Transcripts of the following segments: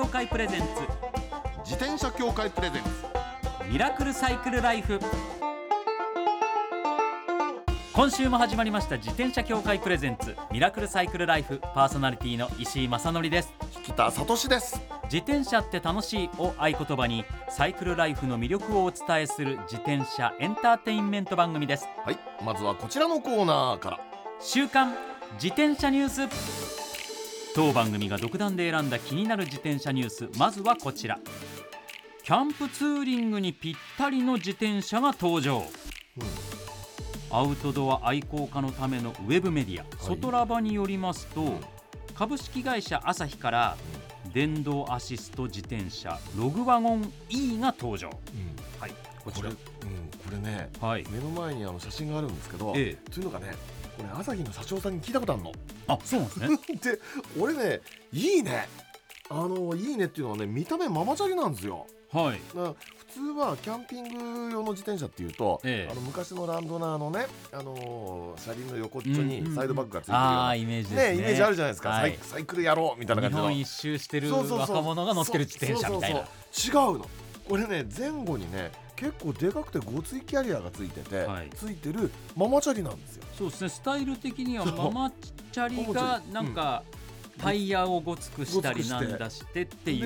協会プレゼンツ自転車協会プレゼンツミラクルサイクルライフ。今週も始まりました自転車協会プレゼンツミラクルサイクルライフ、パーソナリティの石井正則です。 北里です。 自転車って楽しいを合言葉にサイクルライフの魅力をお伝えする自転車エンターテインメント番組です。 はい、まずはこちらのコーナーから。 週刊自転車ニュース。当番組が独断で選んだ気になる自転車ニュース、まずはこちら。キャンプツーリングにぴったりの自転車が登場、アウトドア愛好家のためのウェブメディア、ソトラバによりますと、株式会社アサヒから電動アシスト自転車ログワゴン E が登場、はい、こちらこれね、 はい、 目の前に写真があるんですけど、というのがね、これアサヒの社長さんに聞いたことあるの。 あ、そうなんですねで、俺ね、いいね、いいねっていうのはね、見た目ママチャリなんですよ。 はい、 普通はキャンピング用の自転車っていうと、昔のランドナーのね、車輪の横っちょにサイドバッグがついてるような、 イメージですね。 イメージあるじゃないですか、 はい、 サイクルやろうみたいな感じの日本一周してる若者が乗ってる自転車みたいな。 違うの。これね、前後にね、結構でかくてごついキャリアがついてて、ついてるママチャリなんですよ。 そうですね、スタイル的にはママチャリがなんか、タイヤをごつくしたりなんだしてっていう。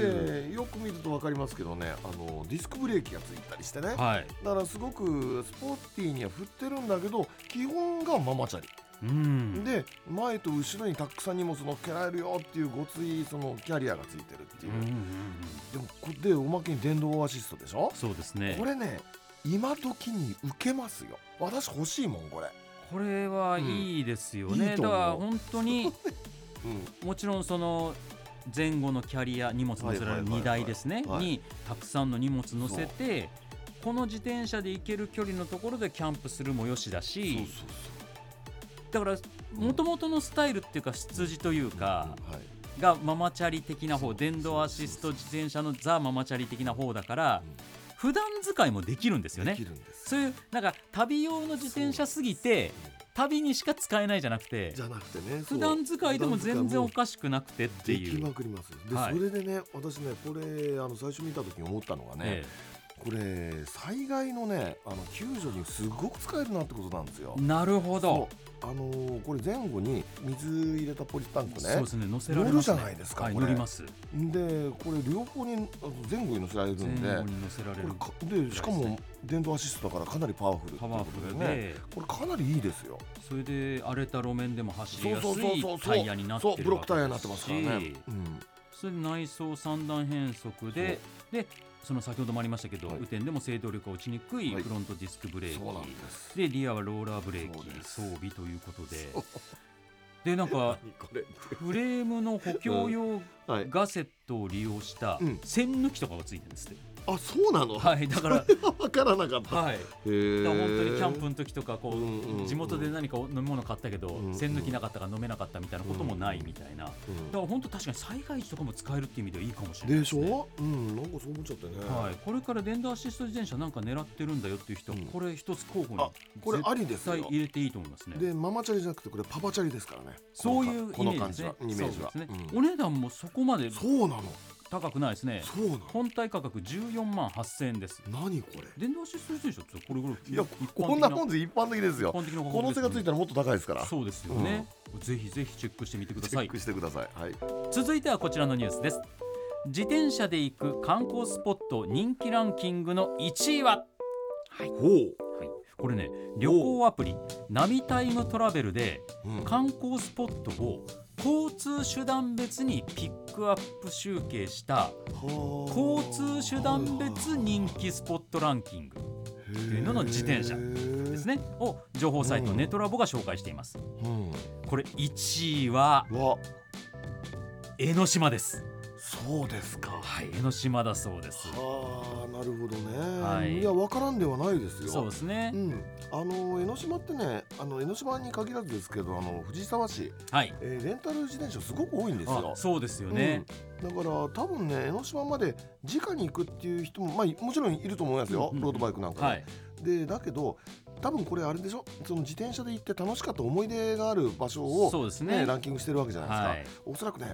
でよく見ると分かりますけどね、ディスクブレーキがついたりしてね、 はい、 だからすごくスポーティーには振ってるんだけど、基本がママチャリ、で前と後ろにたくさん荷物乗っけられるよっていうごついそのキャリアがついてるっていう、でおまけに電動アシストでしょ。そうですね。これね、今時に受けますよ。私欲しいもん、これはいいですよね。だから本当にもちろんその前後のキャリア、荷物乗せられる荷台ですね、にたくさんの荷物乗せて、この自転車で行ける距離のところでキャンプするもよしだし、だから元々のスタイルっていうか出自というかがママチャリ的な方、電動アシスト自転車のザ・ママチャリ的な方だから、普段使いもできるんですよね。そういうなんか旅用の自転車すぎて旅にしか使えないじゃなくて、ね、普段使いでも全然おかしくなくてっていう。 できまくります。で、それでね、私ね、これ最初見た時に思ったのがね、これ災害のね、救助にすごく使えるなってことなんですよ。なるほど。これ前後に水入れたポリタンクね、そうですね、乗せられますね。乗るじゃないですか、乗ります。でこれ両方に前後に乗せられるんで、前後に乗せられるで、しかも電動アシストだからかなりパワフルってことでね、これかなりいいですよ。それで荒れた路面でも走りやすいタイヤになってるわけですし、ブロックタイヤになってますからね。それで内装3段変速で、その先ほどもありましたけど、雨天でも制動力が落ちにくいフロントディスクブレーキで、リアはローラーブレーキ装備ということで、でなんかフレームの補強用ガセットを利用した栓抜きとかがついてるんですって。あ、そうなの。はい、だから分からなかった。はい、だから本当にキャンプの時とかこう地元で何か飲み物買ったけど栓抜きなかったから飲めなかったみたいなこともないみたいな。だから本当確かに災害時とかも使えるっていう意味ではいいかもしれないですね。でしょ。なんかそう思っちゃってね。はい、これから電動アシスト自転車なんか狙ってるんだよっていう人は、これ一つ候補にこれありですよ。 絶対入れていいと思いますね。でママチャリじゃなくてこれパパチャリですからね。 そういうイメージですね。お値段もそこまでそうなの高くないですね。そうなの。本体価格14万8000円です。何これ。電動アシスト自転車ってこれぐらい。いや、こんなもんで一般的ですよ。この背がついたらもっと高いですから。そうですよね。ぜひぜひチェックしてみてください。チェックしてください。はい。続いてはこちらのニュースです。自転車で行く観光スポット人気ランキングの1位は、はい、これね、旅行アプリナビタイムトラベルで観光スポットを交通手段別にピックアップ集計した交通手段別人気スポットランキングというのの自転車ですねを情報サイトネトラボが紹介しています。これ1位は江ノ島です。そうですか。はい、江ノ島だそうです。はあ、なるほどね。はい、いや、わからんではないですよ。そうですね。江ノ島ってね、江ノ島に限らずですけど、藤沢市、レンタル自転車すごく多いんですよ。そうですよね。だから多分ね、江ノ島まで直に行くっていう人も、もちろんいると思いますよ。ロードバイクなんかで。だけど多分これあれでしょ、その自転車で行って楽しかった思い出がある場所を、ランキングしてるわけじゃないですか。おそらくね、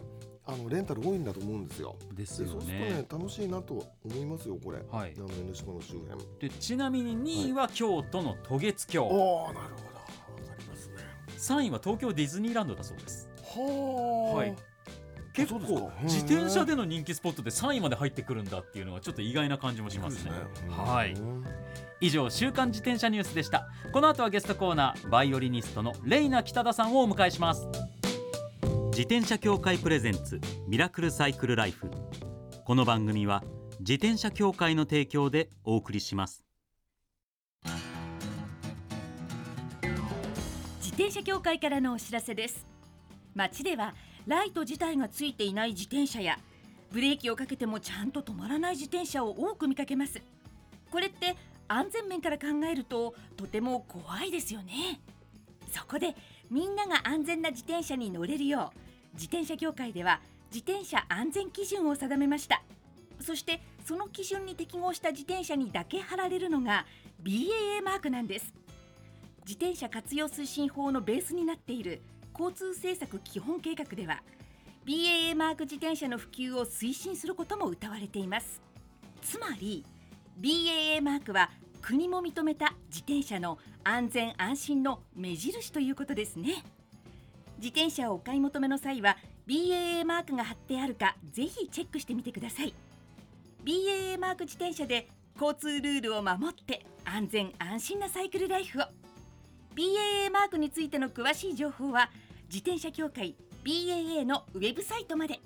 レンタル多いんだと思うんですよ。 ですよね。 そうするとね楽しいなと思いますよこれ、 はい、 江ノ島の周辺で。ちなみに2位は京都の渡月橋、 なるほど、わかりますね。 3位は東京ディズニーランドだそうです。 はい、 結構自転車での人気スポットで3位まで入ってくるんだっていうのはちょっと意外な感じもしますね。はい、以上週刊自転車ニュースでした。この後はゲストコーナー、バイオリニストのレイナ北田さんをお迎えします。自転車協会プレゼンツミラクルサイクルライフ。この番組は自転車協会の提供でお送りします。 自転車協会からのお知らせです。街ではライト自体がついていない自転車やブレーキをかけてもちゃんと止まらない自転車を多く見かけます。これって安全面から考えるととても怖いですよね。そこでみんなが安全な自転車に乗れるよう自転車協会では自転車安全基準を定めました。そしてその基準に適合した自転車にだけ貼られるのが BAA マークなんです。自転車活用推進法のベースになっている交通政策基本計画では BAA マーク自転車の普及を推進することも謳われています。つまり BAA マークは国も認めた自転車の安全安心の目印ということですね。自転車をお買い求めの際は BAA マークが貼ってあるかぜひチェックしてみてください。 BAA マーク自転車で交通ルールを守って安全安心なサイクルライフを。 BAA マークについての詳しい情報は自転車協会 BAA のウェブサイトまで。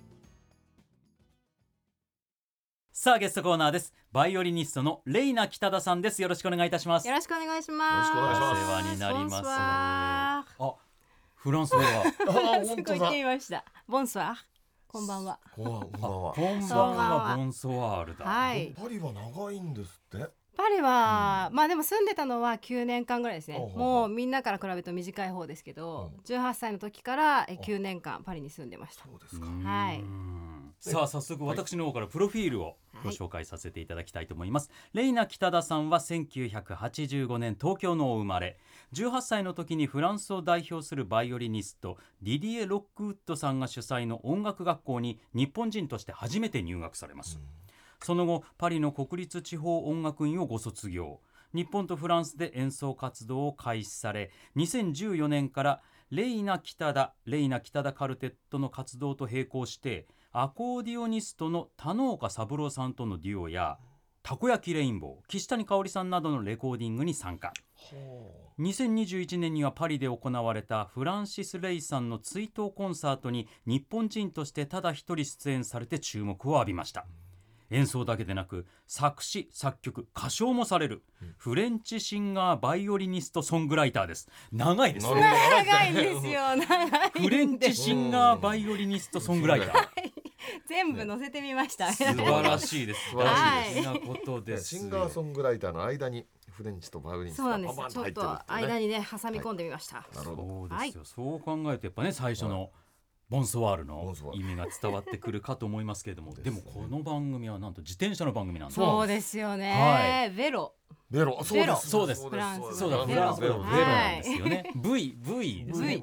さあゲストコーナーです。バイオリニストのレイナ北田さんです。よろしくお願いいたします。 よろしくお願いします。 よろしくお願いします。 お世話になります。 あ、 フランス語はすごい言ってみました。ボンソワー、こんばんは。 こんばんは。 こんばんは。ボンソワールだ。 はい。 パリは長いんですって。 パリは、まあでも住んでたのは9年間ぐらいですね。もうみんなから比べると短い方ですけど、18歳の時から9年間パリに住んでました。 そうですか。 はい。 さあ早速私の方からプロフィールをご紹介させていただきたいと思います。レイナ北田さんは1985年東京のお生まれ。18歳の時にフランスを代表するバイオリニストディディエ・ロックウッドさんが主催の音楽学校に日本人として初めて入学されます。その後パリの国立地方音楽院をご卒業。日本とフランスで演奏活動を開始され、2014年からレイナ北田カルテットの活動と並行してアコーディオニストの田之岡三郎さんとのデュオやたこ焼きレインボー、岸谷香織さんなどのレコーディングに参加。2021年にはパリで行われたフランシス・レイさんの追悼コンサートに日本人としてただ一人出演されて注目を浴びました。演奏だけでなく作詞作曲歌唱もされるフレンチシンガーバイオリニストソングライターです。長いですね。 長いですよ。 フレンチシンガーバイオリニストソングライター全部載せてみました。 素晴らしいです。素晴らしいなことです。 シンガーソングライターの間にフレンチとバイオリニストがパパンと入ってるってね。 ちょっと間にね挟み込んでみました。 なるほど。 そうですよ。そう考えてやっぱね最初のボンソワールの意味が伝わってくるかと思いますけれどもでもこの番組はなんと自転車の番組なんです。 そうですよね。ベロ、 そうです。 フランスそうだ、フランスベロなんですよね。V ですね。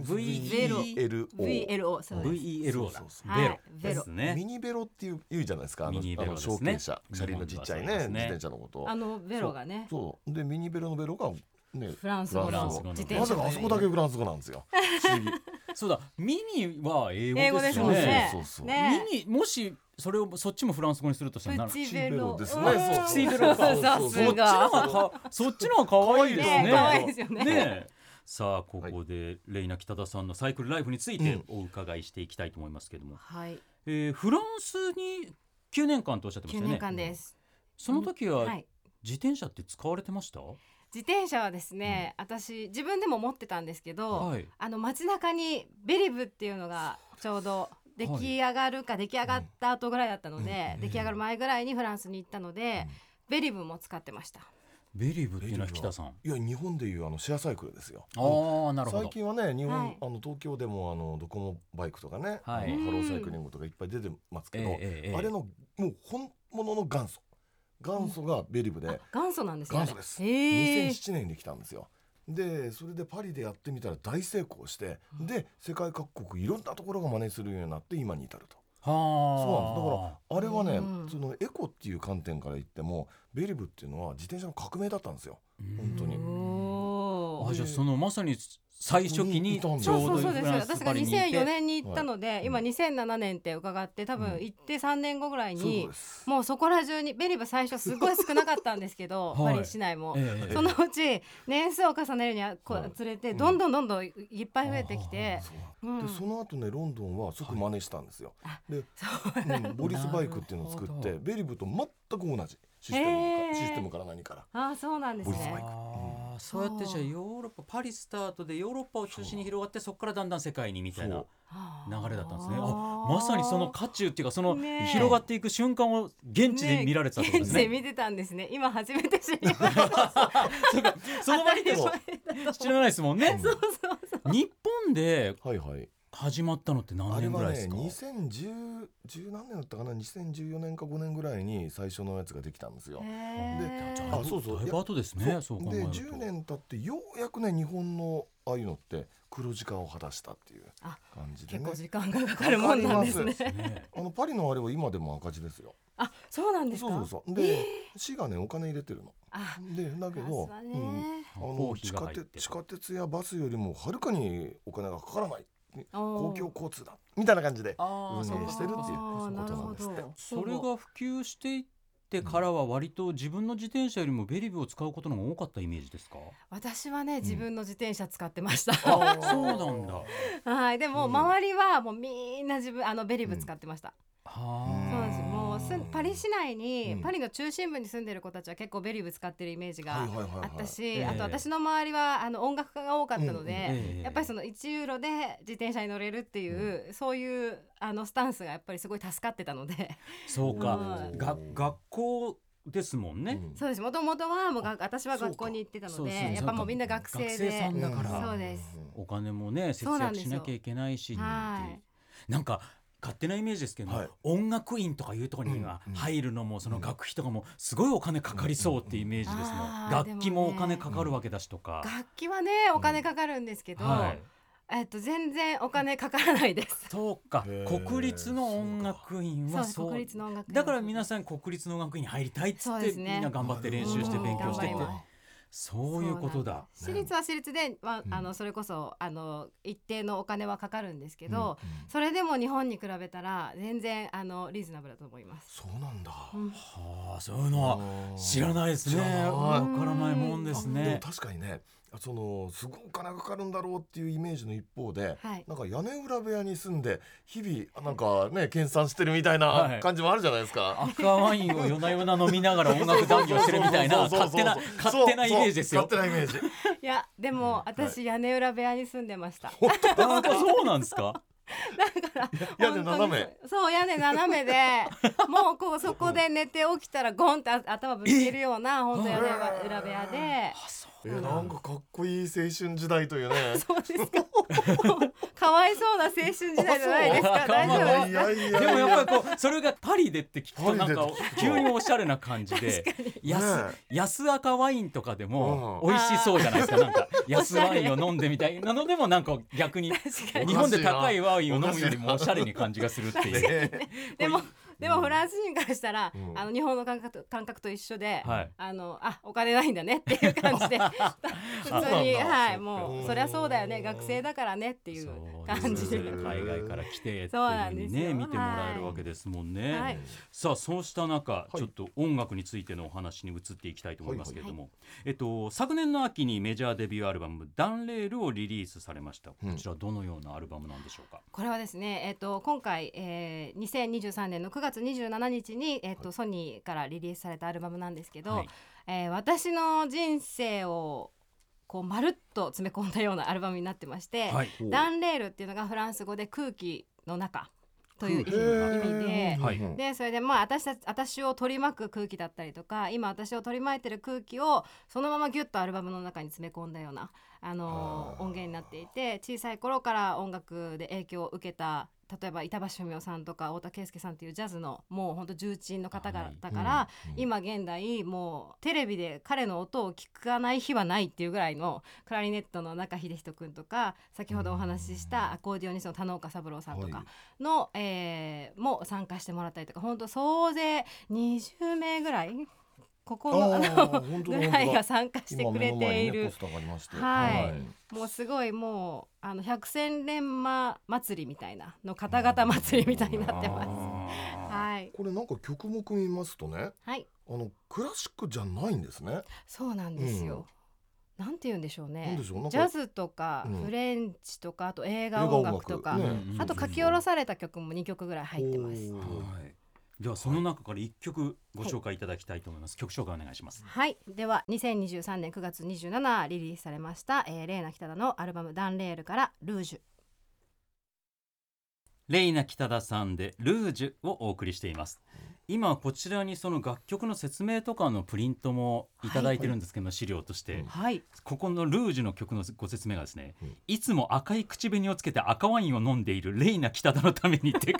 VELO ベロですね。 ミニベロっていう言うじゃないですか。小径車、車輪のちっちゃいね自転車のこと。 ベロがね。 そうでミニベロのベロがねフランス語の自転車。 なぜかあそこだけフランス語なんですよ。不思議。 そうだ、ミニは英語ですよね。ミニもしそっちもフランス語にするとしたらプチベロですね。 プチベロか。そっちの方が可愛いですね。 可愛いですよね。 さあここでレイナ北田さんのサイクルライフについてお伺いしていきたいと思いますけども、フランスに9年間とおっしゃってましたよね。 9年間です。 その時は自転車って使われてました？ 自転車はですね、私自分でも持ってたんですけど、街中にベリブっていうのがちょうど出来上がるか出来上がった後ぐらいだったので、出来上がる前ぐらいにフランスに行ったので、ベリブも使ってました。 ベリブっていうのは北さん。 いや日本でいうシェアサイクルですよ。 なるほど。 最近はね日本、東京でもドコモバイクとかね、ハローサイクリングとかいっぱい出てますけど、あれのもう本物の元祖がベリブで、 元祖なんですね。 元祖です。2007年にできたんですよ。でそれでパリでやってみたら大成功して、で世界各国いろんなところが真似するようになって今に至ると。 そうなんです。だからあれはね、そのエコっていう観点から言ってもベリブっていうのは自転車の革命だったんですよ、本当に。 じゃあそのまさに最初期にちょうどフランスパリにいて、 私が2004年に行ったので、今2007年って伺って多分行って3年後ぐらいに、もうそこら中にベリブ最初すごい少なかったんですけどパリ市内も、そのうち年数を重ねるにはつれてどんどんいっぱい増えてきて、 でその後ねロンドンは即真似したんですよ。でボリスバイクっていうのを作ってベリブと全く同じシステムから何から。 そうなんですね。 ボリスバイク。 そうやってじゃあヨーロッパパリスタートでヨーロッパを中心に広がって、そこからだんだん世界にみたいな流れだったんですね。まさにその渦中っていうか、その広がっていく瞬間を現地で見られてたってことですね。 現地で見てたんですね。今初めて知りました。 その場にでも知らないですもんね。日本で始まったのって何年ぐらいですか？ あれはね、2010何年だったかな、2014年か5年ぐらいに最初のやつができたんですよ。 で、そうそう、だいぶ後ですね。そう考えると。 で10年経ってようやくね日本のああいうのって黒字化を果たしたっていう感じでね。 結構時間がかかるもんなんですね。 パリのあれは今でも赤字ですよ。 そうなんですか。 そうで市がねお金入れてるの。でだけど地下鉄やバスよりもはるかにお金がかからない。公共交通だみたいな感じで運営してるっていうことなんですって。 それが普及していってからは割と自分の自転車よりもベリブを使うことの方が多かったイメージですか？ 私はね自分の自転車使ってました。 そうなんだ。 はい、でも周りはもうみんなベリブ使ってました。そうなんです。もうパリ市内に、パリの中心部に住んでる子たちは結構ベリブ使ってるイメージがあったし、あと私の周りは音楽家が多かったので、やっぱりその1ユーロで自転車に乗れるっていう、そういうスタンスがやっぱりすごい助かってたので。 そうか、学校ですもんね。 そうです。もともとはもう私は学校に行ってたので、やっぱもうみんな学生さんだから、 そうです。 お金もね節約しなきゃいけないし、なんか勝手なイメージですけど、音楽院とかいうところには入るのも、その学費とかもすごいお金かかりそうっていうイメージですね。楽器もお金かかるわけだしとか。 楽器はねお金かかるんですけど、全然お金かからないです。 そうか、国立の音楽院はそう。 国立の音楽院だから皆さん国立の音楽院に入りたいっつって、みんな頑張って練習して勉強してって。そういうことだ。 私立は私立で、それこそ一定のお金はかかるんですけど、それでも日本に比べたら全然リーズナブルだと思います。 そうなんだ。 そういうのは知らないですね。わからないもんですね。 でも確かにね、すごいお金がかかるんだろうっていうイメージの一方で、なんか屋根裏部屋に住んで日々なんかね研鑽してるみたいな感じもあるじゃないですか。 赤ワインを夜な夜な飲みながら音楽談義をしてるみたいな勝手なイメージですよ。 勝手なイメージ。 いやでも私屋根裏部屋に住んでました。 そうなんですか。 だから屋根斜め。 そう屋根斜めでもうそこで寝て起きたらゴンって頭ぶつけるような本当屋根裏部屋で。 なんかかっこいい青春時代というね。 そうですか。かわいそうな青春時代じゃないですか。大丈夫ですか。 でもやっぱりそれがパリでって聞くとなんか急におしゃれな感じで、安赤ワインとかでも美味しそうじゃないですか。なんか安ワインを飲んでみたいなのでもなんか逆に日本で高いワインを飲むよりもおしゃれに感じがするっていう。 でもフランス人からしたら日本の感覚と一緒で、お金ないんだねっていう感じで普通にもうそりゃそうだよね、学生だからねっていう感じで海外から来てっていう風にね見てもらえるわけですもんね。さあそうした中ちょっと音楽についてのお話に移っていきたいと思いますけれども、昨年の秋にメジャーデビューアルバムダンレールをリリースされました。こちらどのようなアルバムなんでしょうか？ これはですね、今回、2023年の9月27日に、ソニーからリリースされたアルバムなんですけど、私の人生をこうまるっと詰め込んだようなアルバムになってまして、ダンレールっていうのがフランス語で空気の中という意味で、それで私を取り巻く空気だったりとか、今私を取り巻いてる空気をそのままギュッとアルバムの中に詰め込んだような音源になっていて、小さい頃から音楽で影響を受けた例えば板橋文夫さんとか太田圭介さんっていうジャズのもう本当重鎮の方々から、今現代もうテレビで彼の音を聞かない日はないっていうぐらいのクラリネットの中秀人君とか、先ほどお話ししたアコーディオニストの田岡三郎さんとかの、も参加してもらったりとか、本当総勢20名ぐらいここのぐらいが参加してくれている、もうすごいもう百戦錬磨祭りみたいなの方々祭りみたいになってます。はい、 これなんか曲目見ますとね、 はい、 クラシックじゃないんですね。 そうなんですよ。なんて言うんでしょうね。ジャズとかフレンチとか、あと映画音楽とか、あと書き下ろされた曲も2曲ぐらい入ってます。 ではその中から1曲ご紹介いただきたいと思います。曲紹介お願いします。 はい、では2023年9月27リリースされました、レイナ北田のアルバムダンレールからルージュ。 レイナ北田さんでルージュをお送りしています。今こちらにその楽曲の説明とかのプリントもいただいてるんですけど、資料として、ここのルージュの曲のご説明がですね、いつも赤い口紅をつけて赤ワインを飲んでいるレイナ北田のためにって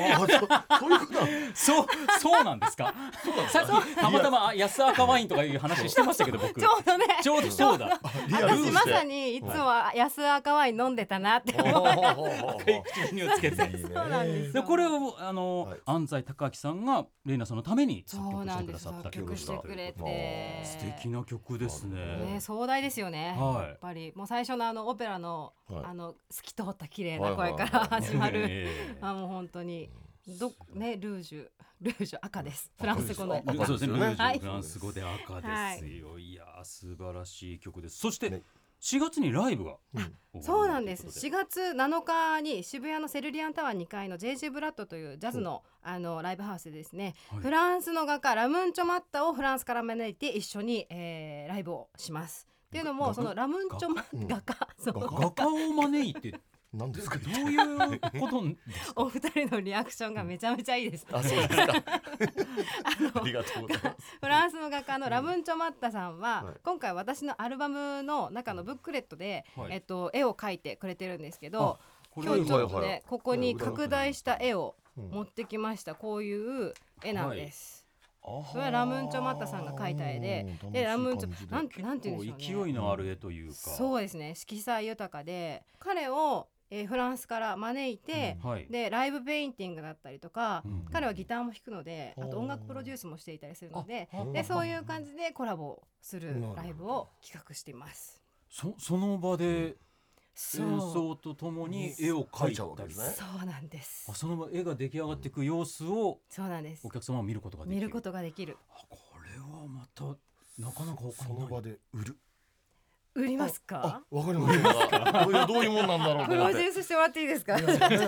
そうなんですか。さっきたまたま安赤ワインとかいう話してましたけど、僕ちょうどね、 ちょうどそうだ、 私まさにいつも安赤ワイン飲んでたなって思う。 赤い口紅をつけてそうなんですよ。これを安西孝明さんがレイナさんのために作曲してくださった曲してくれて、 素敵な曲ですね。 壮大ですよね、やっぱりもう最初のオペラの透き通った綺麗な声から始まる、もう本当にね、ルージュ赤です。フランス語のそうですね、ルージュフランス語で赤ですよ。いや素晴らしい曲です。そして4月にライブが、 そうなんです。4月7日に渋谷のセルリアンタワー2階の JJ ブラッドというジャズの、ライブハウスでですね、フランスの画家ラムンチョマッタをフランスから招いて一緒に、ライブをします。っていうのもそのラムンチョマ画家を招いて何ですか、 どういうことですか。 お二人のリアクションがめちゃめちゃいいです、ね。 あ、そうですか。ありがとうございます。 フランスの画家のラムンチョマッタさんは、今回私のアルバムの中のブックレットで、絵を描いてくれてるんですけど、今日ちょっとね、ここに拡大した絵を持ってきました。こういう絵なんです。これはラムンチョマッタさんが描いた絵で、ラムンチョなんて言うんでしょうね。 勢いのある絵というか。 そうですね。色彩豊かで、彼をフランスから招いて、でライブペインティングだったりとか、彼はギターも弾くので、あと音楽プロデュースもしていたりするので、そういう感じでコラボするライブを企画しています。 その場で演奏とともに絵を描いちゃうわけですね。 そうなんです。 その絵が出来上がっていく様子を、 そうなんです。 お客様は見ることができる。これはまたなかなかその場で売りますか。 わかりますか。どういうもんなんだろう。 プロデュースしてもらっていいですか。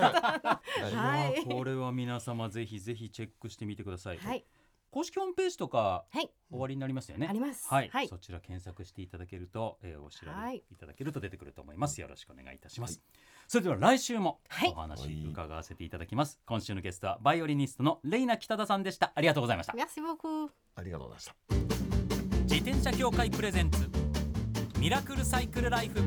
これは皆様ぜひぜひチェックしてみてください。公式ホームページとか終わりになりますよね。 あります。 そちら検索していただけると、お調べいただけると出てくると思います。よろしくお願いいたします。それでは来週もお話伺わせていただきます。今週のゲストはバイオリニストのレイナ北田さんでした。ありがとうございました。 Merci beaucoup。 ありがとうございました。 自転車協会プレゼンツミラクルサイクルライフ。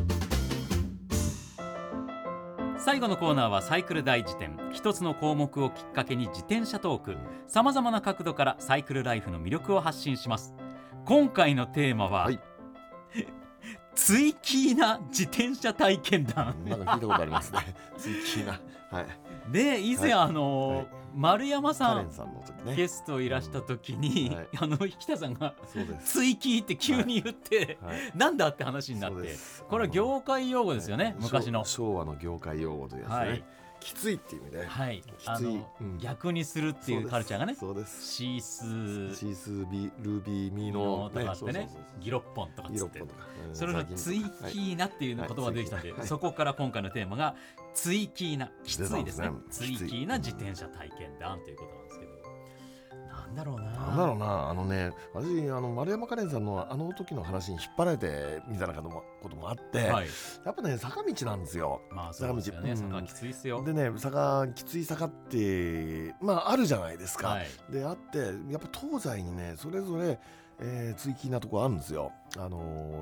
最後のコーナーはサイクル大辞典。一つの項目をきっかけに自転車トーク、さまざまな角度からサイクルライフの魅力を発信します。今回のテーマは、ツイキーな自転車体験談。 なんか聞いたことありますね。ツイキーな。 で以前丸山さんゲストいらした時に、北さんがツイキーって急に言って、なんだって話になって、これは業界用語ですよね。昔の昭和の業界用語というやつね。きついっていう意味で、きつい、 逆にするっていうカルチャーがね。 そうです。 シースビルビミノとかってね、ギロッポンとかつって、それのツイキーナっていう言葉が出てきたんで、そこから今回のテーマがツイキーナ、きついですね。ツイキーな自転車体験談ということなんですけど、なんだろうな。 私丸山カレンさんのあの時の話に引っ張られてみたいなこともあって、やっぱね坂道なんですよ。 坂道ね、坂きついっすよ。 でね、きつい坂ってあるじゃないですか。であって、やっぱ東西にねそれぞれツイキーなとこあるんですよ。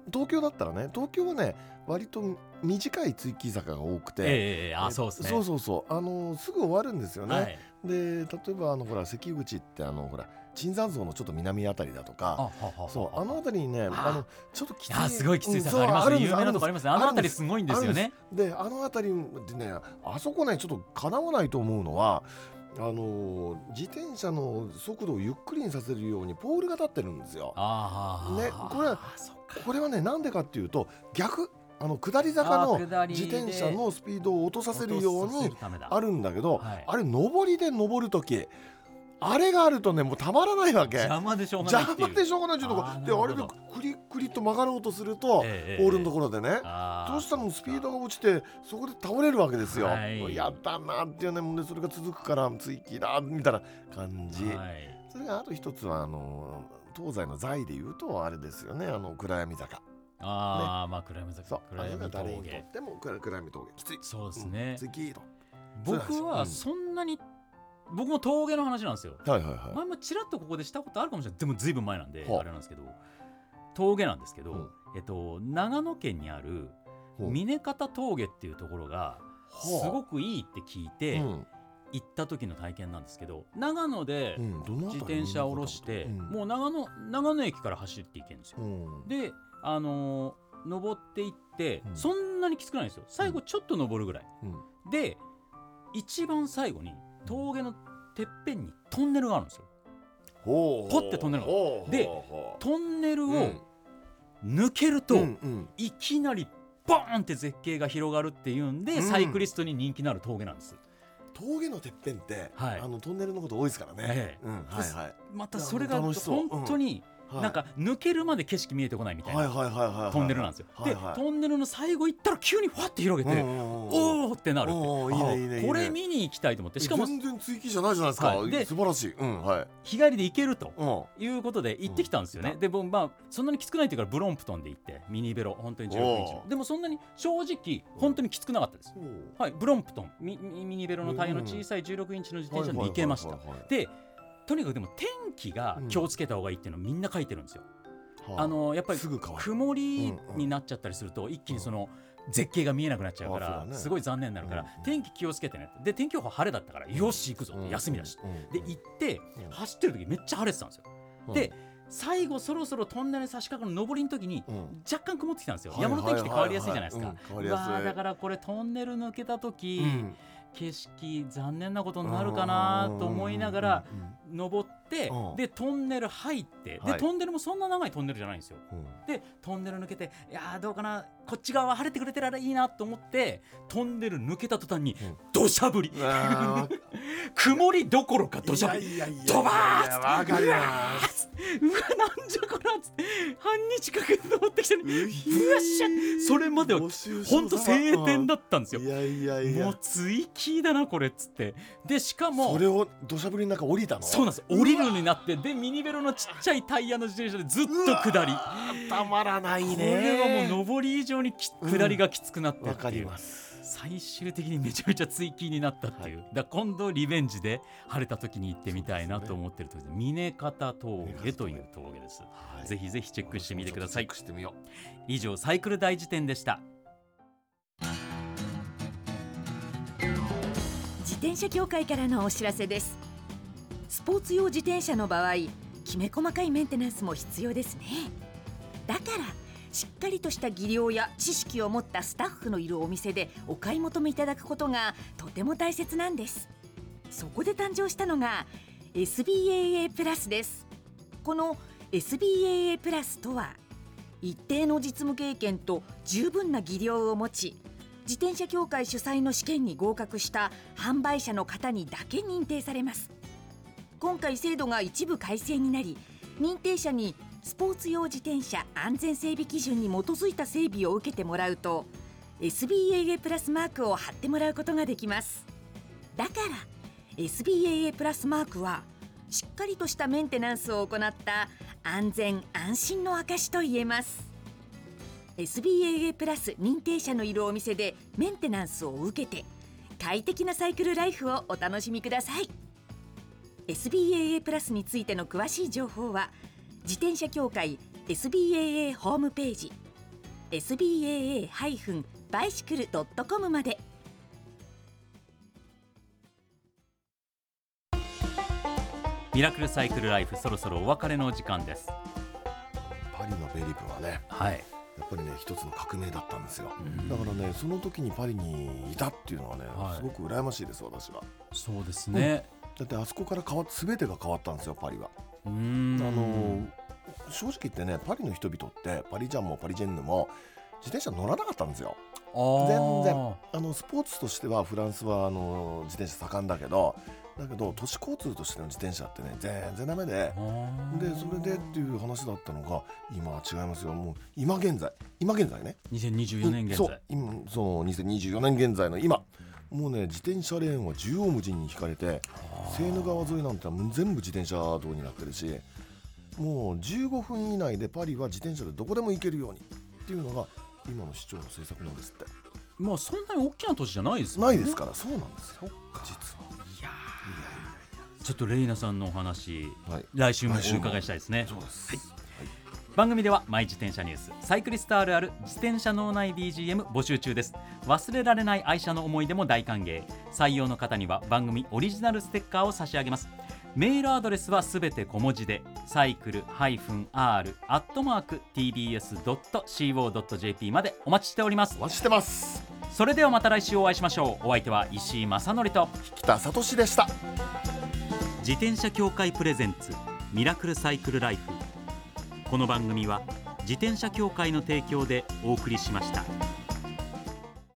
東京だったらね、東京はね割と短い追記坂が多くて、 そうですね。 そうすぐ終わるんですよね、はい、で例えばほら関口ってほら椿山荘のちょっと南あたりだとか、そうあたりにねちょっときつい、 すごいきつい坂ありますね、有名なとこありますね。あたりすごいんですよね。 であたりでね、あそこねちょっとかなわないと思うのは、自転車の速度をゆっくりにさせるようにポールが立ってるんですよ。ね、これはねなんでかっていうと、逆下り坂の自転車のスピードを落とさせるようにあるんだけど、あれ上りで登るときあれがあるとねもうたまらないわけ。 邪魔でしょうがないっていう。 邪魔でしょうがないっていうとこで、あれでクリクリと曲がろうとすると、ポールのところでねどうしたのスピードが落ちてそこで倒れるわけですよ。やだなっていうね、それが続くから追記だみたいな感じ。それがあと一つは東西の在でいうとあれですよね、暗闇坂。 まあ暗闇坂、 暗闇峠でも暗闇峠きつい。 そうですね。 追記と僕はそんなに僕も峠の話なんですよ。前もちらっとここでしたことあるかもしれない。でもずいぶん前なんであれなんですけど、峠なんですけど、長野県にある峰方峠っていうところがすごくいいって聞いて行った時の体験なんですけど、長野で自転車を下ろしてもう長野駅から走っていけるんですよ。で登っていってそんなにきつくないんですよ。最後ちょっと登るぐらいで、一番最後に峠のてっぺんにトンネルがあるんですよ。ポッてトンネルがある。でトンネルを抜けるといきなりボーンって絶景が広がるっていうんで、サイクリストに人気のある峠なんです。 峠のてっぺんって、トンネルのこと多いですからね。 またそれが本当になんか抜けるまで景色見えてこないみたいなトンネルなんですよ。でトンネルの最後行ったら急にファッて広げておーってなるって、これ見に行きたいと思って、しかも全然追記じゃないじゃないですか。素晴らしい。 日帰りで行けるということで行ってきたんですよね。でそんなにきつくないっていうからブロンプトンで行ってミニベロ本当に16インチの、でもそんなに正直本当にきつくなかったです。ブロンプトンミニベロのタイヤの小さい16インチの自転車で行けました。でとにかくでも天気が気をつけた方がいいっていうのをみんな書いてるんですよ。やっぱり曇りになっちゃったりすると一気にその絶景が見えなくなっちゃうからすごい残念になるから、天気気をつけてね。で天気予報晴れだったからよし行くぞって休みだしで行って走ってる時めっちゃ晴れてたんですよ。で最後そろそろトンネルに差し掛かる上りの時に若干曇ってきたんですよ。山の天気って変わりやすいじゃないですか。だからこれトンネル抜けた時景色残念なことになるかなと思いながら登ってでトンネル入ってでトンネルもそんな長いトンネルじゃないんですよ。でトンネル抜けていやどうかなこっち側は晴れてくれてたらいいなと思ってトンネル抜けた途端に土砂降り曇りどころか土砂降りドバーッうわなんじゃこらっつって半日かけて登ってきてブワッシャそれまでは本当晴天だったんですよ。もう追記だなこれっつって、でしかもそれを土砂降りの中降りたの。 そうなんです。降りるようになってでミニベロのちっちゃいタイヤの自転車でずっと下りたまらないね。 これはもう上り以上に下りがきつくなってっていう、 わかります。 最終的にめちゃめちゃ追記になったっていう、だ今度リベンジで晴れた時に行ってみたいなと思ってる時で峰方峠という峠です。ぜひぜひチェックしてみてください。以上サイクル大辞典でした。 自転車協会からのお知らせです。スポーツ用自転車の場合きめ細かいメンテナンスも必要ですね。だからしっかりとした技量や知識を持ったスタッフのいるお店でお買い求めいただくことがとても大切なんです。そこで誕生したのが SBAA プラスです。この SBAA プラスとは一定の実務経験と十分な技量を持ち自転車協会主催の試験に合格した販売者の方にだけ認定されます。今回制度が一部改正になり認定者にスポーツ用自転車安全整備基準に基づいた整備を受けてもらうと SBAA プラスマークを貼ってもらうことができます。だから SBAA プラスマークはしっかりとしたメンテナンスを行った安全安心の証と言えます。 SBAA プラス認定者のいるお店でメンテナンスを受けて快適なサイクルライフをお楽しみください。 SBAA プラスについての詳しい情報は自転車協会 SBAA ホームページ sbaa-bicycle.com まで。 ミラクルサイクルライフ、そろそろお別れの時間です。 パリのベリブはね、 はい、 やっぱりね一つの革命だったんですよ。だからねその時にパリにいたっていうのはね、すごく羨ましいです私は。 そうですね、 だってあそこから全てが変わったんですよパリは。正直言ってねパリの人々ってパリジャンもパリジェンヌも自転車乗らなかったんですよ。全然スポーツとしてはフランスは自転車盛んだけど都市交通としての自転車ってね全然ダメでそれでっていう話だったのが今は違いますよ。もう今現在ね 2024年現在、 そう2024年現在の今もうね自転車レーンは縦横無尽に引かれてセーヌ川沿いなんて全部自転車道になってるし、もう15分以内でパリは自転車でどこでも行けるようにっていうのが今の市長の政策なんですって。 まあそんなに大きな都市じゃないですもんね。 ないですから。そうなんですよ実は。 ちょっとレイナさんのお話、来週もお伺いしたいですね。 そうです、 番組ではマイ自転車ニュース、サイクリストあるある、自転車脳内 BGM 募集中です。忘れられない愛車の思い出も大歓迎。採用の方には番組オリジナルステッカーを差し上げます。メールアドレスはすべて小文字でサイクル-r@tbs.co.jp までお待ちしております。 お待ちしてます。 それではまた来週お会いしましょう。お相手は石井正則と北里志でした。 自転車協会プレゼンツミラクルサイクルライフ。この番組は自転車協会の提供でお送りしました。